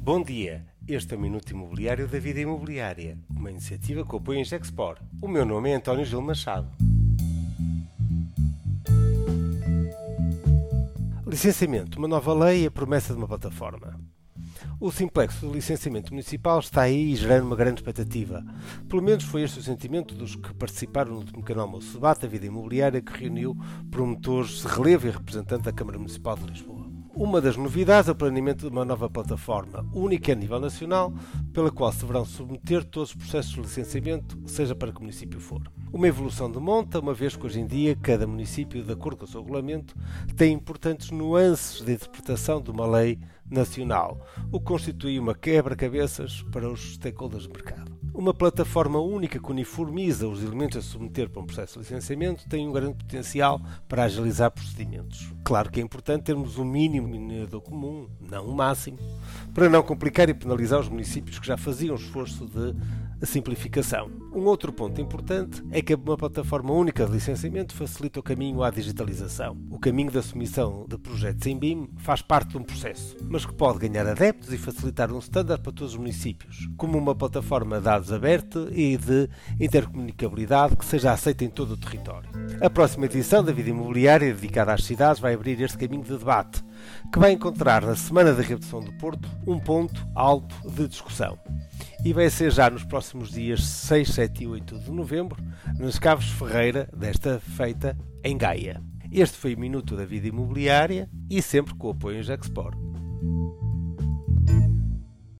Bom dia, este é o Minuto Imobiliário da Vida Imobiliária, uma iniciativa que apoia a Gexpor. O meu nome é António Gil Machado. Licenciamento, uma nova lei e a promessa de uma plataforma. O simplexo do licenciamento municipal está aí gerando uma grande expectativa. Pelo menos foi este o sentimento dos que participaram no último canal Almoço Debate da Vida Imobiliária, que reuniu promotores de relevo e representantes da Câmara Municipal de Lisboa. Uma das novidades é o planeamento de uma nova plataforma, única a nível nacional, pela qual se deverão submeter todos os processos de licenciamento, seja para que município for. Uma evolução de monta, uma vez que hoje em dia cada município, de acordo com o seu regulamento, tem importantes nuances de interpretação de uma lei nacional, o que constitui uma quebra-cabeças para os stakeholders do mercado. Uma plataforma única que uniformiza os elementos a submeter para um processo de licenciamento tem um grande potencial para agilizar procedimentos. Claro que é importante termos um mínimo denominador comum, não um máximo, para não complicar e penalizar os municípios que já faziam o esforço de simplificação. Um outro ponto importante é que uma plataforma única de licenciamento facilita o caminho à digitalização. O caminho da submissão de projetos em BIM faz parte de um processo, mas que pode ganhar adeptos e facilitar um standard para todos os municípios, como uma plataforma de dados aberta e de intercomunicabilidade que seja aceita em todo o território. A próxima edição da Vida Imobiliária, dedicada às cidades, vai abrir este caminho de debate, que vai encontrar na Semana da Reabilitação do Porto um ponto alto de discussão. E vai ser já nos próximos dias 6, 7 e 8 de novembro, nas Caves Ferreira, desta feita em Gaia. Este foi o Minuto da Vida Imobiliária e sempre com o apoio em Gexpor.